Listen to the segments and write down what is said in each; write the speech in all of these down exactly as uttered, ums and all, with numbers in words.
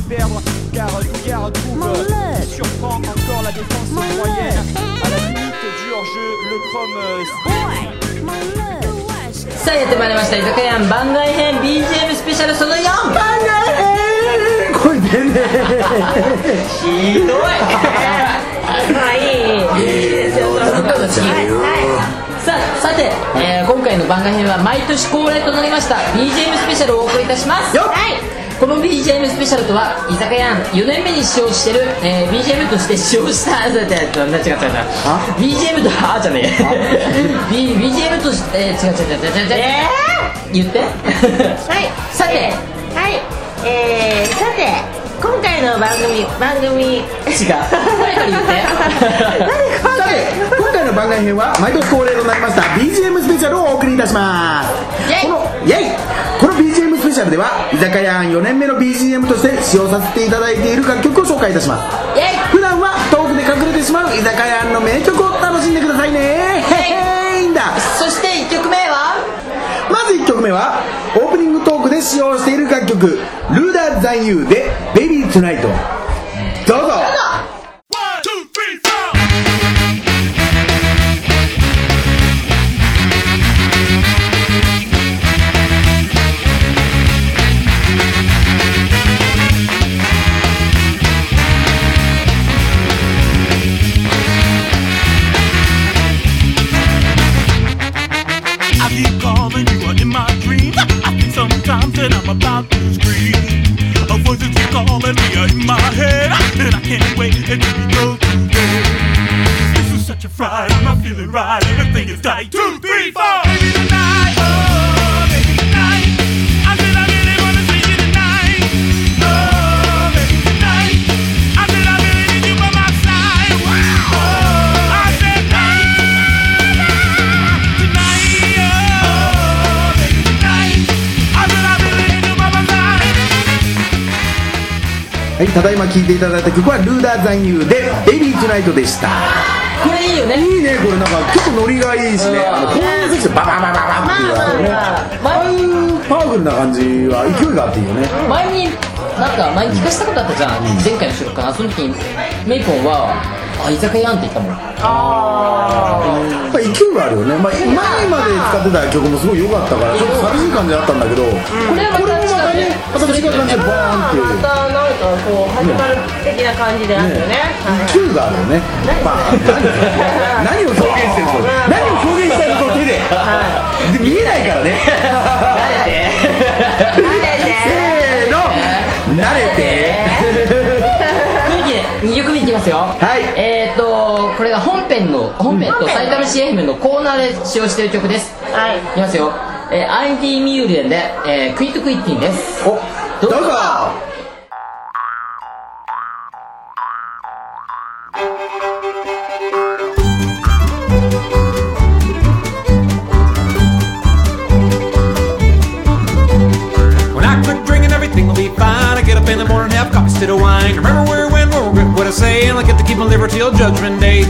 perdre car Dougar trouve qui surprend encore la défense moyenne à la limite du hors-jeu le Chrome. さあやってまいりました居酒屋番外編 ビージーエム スペシャルそのよん番外編これでねひどいまあいいさあさて、えー、今回の番外編は毎年恒例となりました ビージーエム スペシャルをお送りいたしますよっ、 はい、この ビージーエム スペシャルとは居酒屋よねんめに使用している、えー、ビージーエム として使用した違う違う違う ビージーエム とあーじゃねえ ビージーエム として、えー、違う違う違う違う違う、えー、言ってはいさて、 えー、はい、えー、さて今回の番組番組違う誰から言ってさて今回の番外編は毎年恒例となりました ビージーエム スペシャルをお送りいたします。このイエイこの ビージーエム スペシャルでは居酒屋よねんめの ビージーエム として使用させていただいている楽曲を紹介いたします。 イエイ普段は遠くで隠れてしまう居酒屋の名曲を楽しんでくださいね。へへーいんだ。 そしていっきょくめはまずいっきょくめはオープニングトークで使用している楽曲ルーダーザンユーでベイビートゥナイトどうぞ。 Sometimes that I'm about to scream, a voice is calling me in my head, and I can't wait until we go to bed. This is such a fright, I'm not feeling right, everything is tight. Two, three, four. Baby tonight, oh baby tonight, I said I really wanna see you tonight. Oh baby tonight, I said I really need you by my side. Wow. Oh, I said tonight, tonight, oh baby tonight. はい、ただいま聴いていただいた曲はルーダーザンユーでベイビートゥナイトでした。 これいいよね。 いいね、これなんか結構ノリがいいしね、あの高音セクションバババババっていうあのね、パワフルな感じは勢いがあっていいよね。 前になんか前に聞かせたことあったじゃん、うん、前回の収録かな。その時にメイポンはあ居酒屋んって言ったもん。 ああ、勢いがあるよね。まあ、前まで使ってた曲もすごい良かったからちょっと寂しい感じだったんだけど、うん、 これはまた違うね。 また違う感じでバーンっていう、 またなんかこう始まる的な感じであるよね。 勢いがあるよね。バーンって何を表現してるの、何を表現したいのと手で、はい、で見えないからね。 慣れて慣れてせーの慣れてにきょくめいきますよ。 はい。 えーとこれが本編の本編と埼玉市 エフエム のコーナーで使用している曲です。 はい。 いきますよ。えー、アイディーミューレンで、えー、クイットクイッティンです。 お、どうぞ。 In the morning, have coffee instead of wine. Remember where, when, where, regret what I say, and I get to keep my liver till Judgment Day.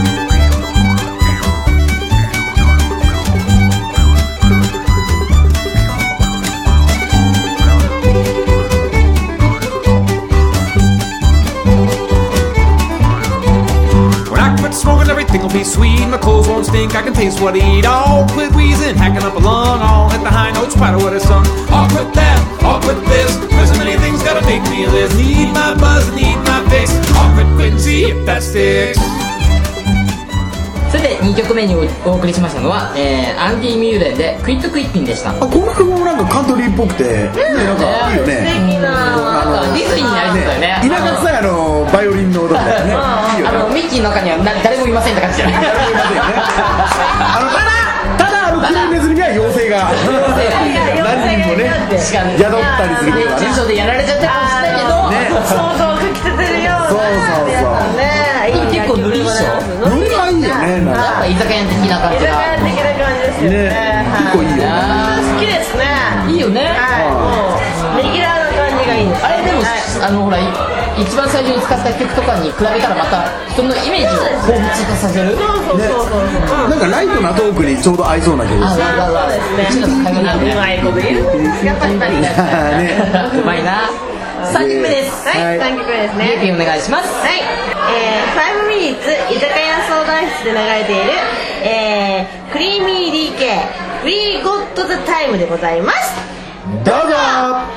When I quit smoking, everything will be sweet. My clothes won't stink, I can taste what I eat. I'll quit wheezing, hacking up a lung. I'll hit the high notes, spite of what I sung. I'll quit that, I'll quit this. There's so many things gotta make me live. Need my buzz, need my fix. I'll quit, quit and see if that sticks. それでにきょくめに お, お送りしましたのは、えー、アンディ・ミューレンでクイットクイッティンでした。 あ、この曲もなんかカントリーっぽくて、ね、なんかいいよね。 素敵な、 なんかディズニーになりそうだよね。 田舎さあのバイオリンの音みたいなね。いいよね。 あのミッキーの中にはな誰もいませんって感じじゃない。誰もいませんよね。 あのただただあのクリネズミには妖精が何人もね宿ったりすることがね。 熱中症でやられちゃったかもしれないけど、 ね、 想像をかきたてるような。 そうそうそう。 ね、 結構ノリいいでしょ。 ノリがいいよね。 なんか居酒屋的な感じが。 居酒屋的な感じですよね。 ね、結構いいよね。 好きですね。 いいよね。 はい。もうレギュラーな感じがいいです。 あれでもあのほら一番最初に使った曲とかに比べたらまたそのイメージを彷彿とさせる。 そうそうそうそう。 なんかライトなトークにちょうど合いそうな曲ですね。 あ、わわわ。うちの会話なんで。 うまいこと言う。やっぱりね。 うまいな。 さんきょくめです。 はい、さんきょくめですね。 リエピンお願いします。 はい、えー、ファイブミニッツ居酒屋相談室で流れている、えー、クリーミー ディーケー We Got the Time でございます。 どうぞ。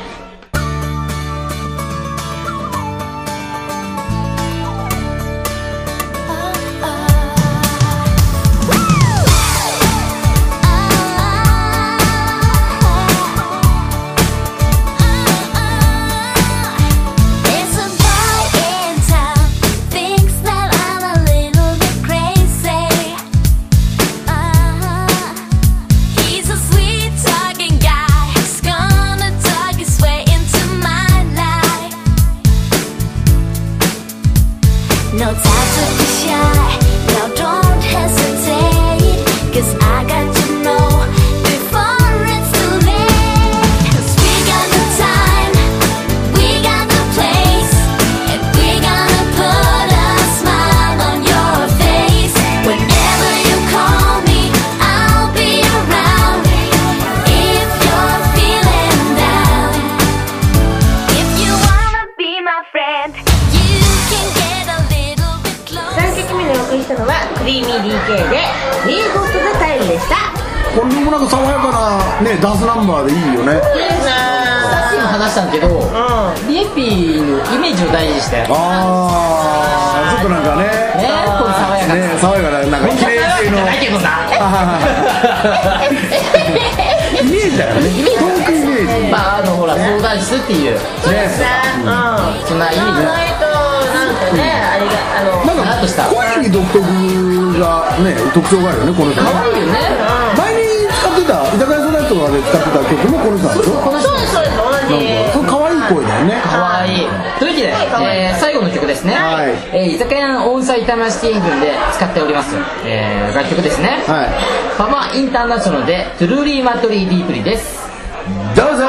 これもなんか爽やかなねダンスナンバーでいいよね。 さっきも話したんだけど、うん、リエピーのイメージを大事にして。 ああ、ちょっとなんかね。 ね、この爽やかな。 ね、爽やかななんか綺麗系の。 だけどな。 イメージだよね。トークイメージ。 まああのほら相談室っていう。 そうですね。うん。 そんな意味で。 なんかね、あれがあのなんか声に独特がね特徴があるよねこの人。 可愛いよね。 前に使ってた居酒屋ソナイトとかで使ってた曲もこの人なんでしょ。 そうですそうです同じ。 それ可愛い声だよね。 可愛い。というわけで、えー、最後の曲ですね。はい。えー、居酒屋オンサイタマシティ軍で使っております、えー、楽曲ですね。はい。パマインターナショナルでトゥルーリーマトリーディープリです。 どうぞ。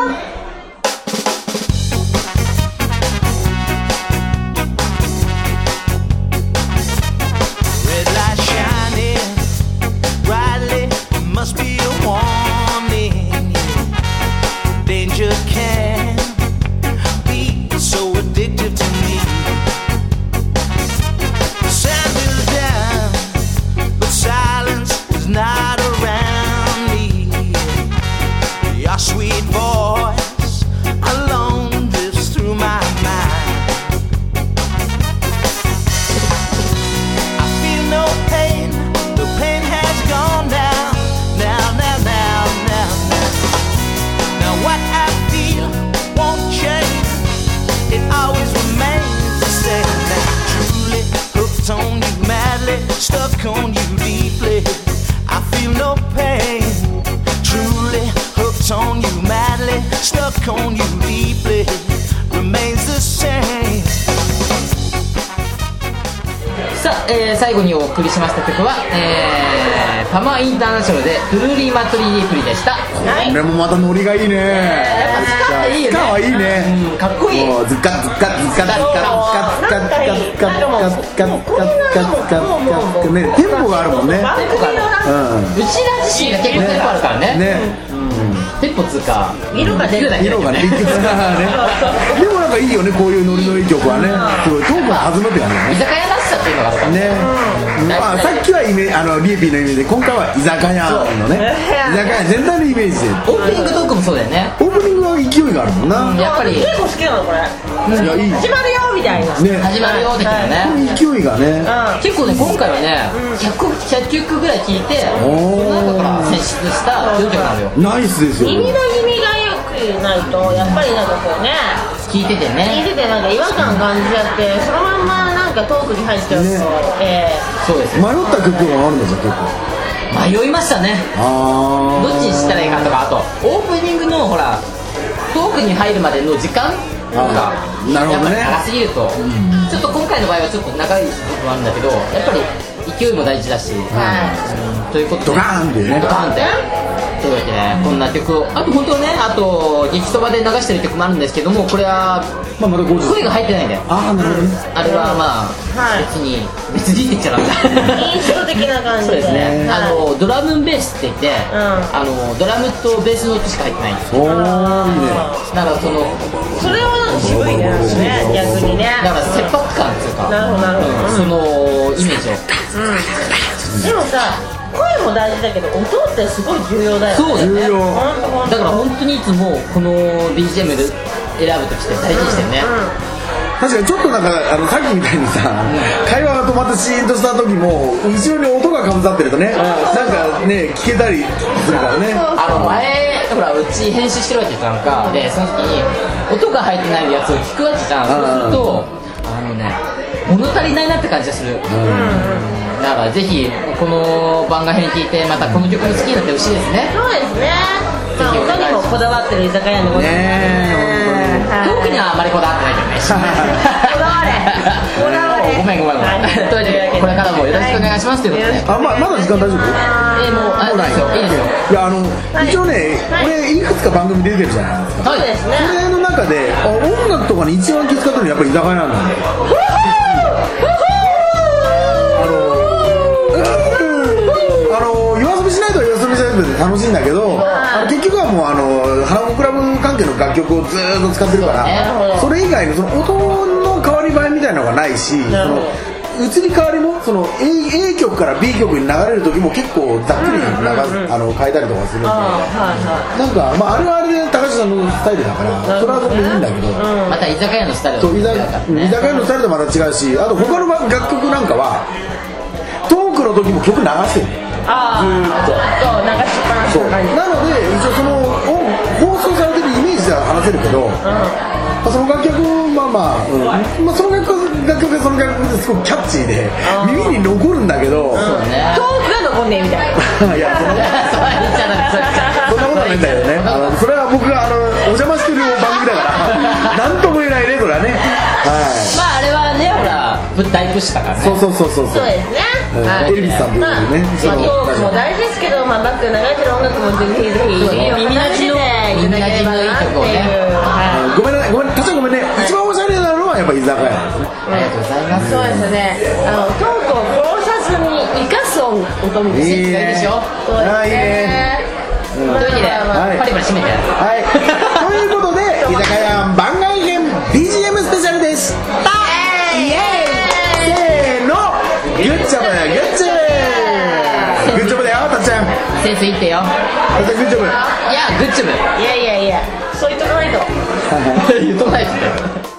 On you deeply, I feel no pain. Truly hooked on you madly, stuck on you deeply, remains the same. さあ、えー、最後にお送りしました曲は、えー、パマインターナショナルでトゥルーリーマトリーディープリでした。 これもまたノリがいいね。 やっぱスカっていいよね。 スカはいいね。 うん、かっこいい。 ズカズカズカズカズカズカズカズカズカズカズカズカズカね、テンポがあるもんね。 テンポがある。うちら自身が結構テンポあるからね。ね。テンポつうか色が出るだけ色がね。でもなんかいいよねこういうノリのいい曲はね。すごいトークが弾むって感じだね。 居酒屋らしさっていうのがあるからね。 まあさっきはイメあのリエピーのイメージで今回は居酒屋のね居酒屋全体のイメージで。 オープニングトークもそうだよね。 オープニングは勢いがあるもんな。 やっぱり結構好きなのこれ。 いやいい。 始まるよみたいな。 始まるよ的なね。 勢いがね。 結構ね今回はねひゃく曲ぐらい聴いてその中から選出したよんきょくなのよ。 ナイスですよ。 耳の耳が良くないとやっぱりなんかこうね聴いててね聴いててなんか違和感感じちゃってそのまんまなんかトークに入っちゃうと、ねえー、 そうです。 迷った曲があるんですよ結構。 迷いましたね。あどっちにしたらいいかとかあとオープニングのほらトークに入るまでの時間がなるほどねやっぱり長すぎると、うん、ちょっと今回の場合はちょっと長い部分あるんだけどやっぱり勢いも大事だし、はいうん、ということでドカーンってねドカーンってというわけで、ね、こんな曲をあと本当はねあと激そばで流してる曲もあるんですけどもこれは、まあ、まだ声が入ってないんでああなるほど、ね、あれはまあ、はい、別に別にって言っちゃうんだ印象的な感じでそうですね、はい、あのドラムベースって言って、うん、あのドラムとベースの音しか入ってないんですよ。おーいいね。だからそのそれは渋なるほどなるほど、 うん、そのイメージを、 うん、でもさ声も大事だけど音ってすごい重要だよね。 そうだね、 重要だから本当にいつもこの ビージーエム で選ぶとして大事にしてるね、 うんうん、 確かにちょっとなんかあのさっきみたいにさ、うん、会話が止まってシーンとした時も後ろに音がかぶさってるとね、うん、なんかね聞けたりするからね。 あの前ほらうち編集してるわけじゃんか、でその時に音が入ってないやつを聞くわけじゃん、そうするとあのね物足りないなって感じがする、うん、だからぜひこの番外編聞いてまたこの曲も好きになってほしいですね。 そうですね、まあ、音にもこだわってる居酒屋のことね、 特にはあまりこだわってないけどねこだわれこだわれごめんごめんごめん、はい、というわけでこれからもよろしくお願いしますということで、 あ、ま、まだ時間大丈夫？ えー、もうあいいですよいいですよ。 いやあの、はい、一応ね、はい、俺いくつか番組出てるじゃないですか。 そうですね。 それの中であ音楽とかに一番気遣ってるのはやっぱり居酒屋なんだよ。あの夜遊びしないと夜遊びしないとで楽しいんだけど、結局はもうあのハロークラブ関係の楽曲をずーっと使ってるから、それ以外のその音の変わり映えみたいなのがないし、その移り変わりもその A, A 曲から B 曲に流れる時も結構ざっくり流、うんうん、あの変えたりとかするんで、なんか、まあ、あれはあれで高橋さんのスタイルだからそれはそれでいいんだけど、 うん、また居酒屋のスタイルと居酒屋のスタイルとまた違うし、あと他の楽曲なんかはトークの時も曲流してる、 あずーっとそう流しっぱなしな感じなので一応その放送されてるイメージでは話せるけど、うん、その楽曲まあまあ、うんまあ、その楽曲楽曲がその楽曲ですごくキャッチーで耳に残るんだけど、うんね、トークが残んねえみたいないやそんなそんなことはないんだけどね、あのそれは僕があのお邪魔してる番組だから何とも言えないねそれはね、はい、 まああれはねほら大プッシュだからね。 そうそうそうそうそうですね、 エルビスさんというね、 まあトークも大事ですけど、まあ、バックで流れてる音楽もぜひぜひ耳なじみの耳なじみのいい曲をね、 ごめんねごめん確かにごめんね、一番おしゃれなのはやっぱ居酒屋なんですね。 ありがとうございます。 そうですね、あのトークを殺さずに生かす音音もいいでしょ。 そうですね。 というわけでパリパリ締めてはいということで居酒屋番外編 ビージーエム スペシャルでした。イエーイせーのグッジョブグッジョブグッジョブだよたっちゃんセンスいってよたっちゃんグッジョブいやグッジョブいやいやいやそう言っとかないと言っとかないと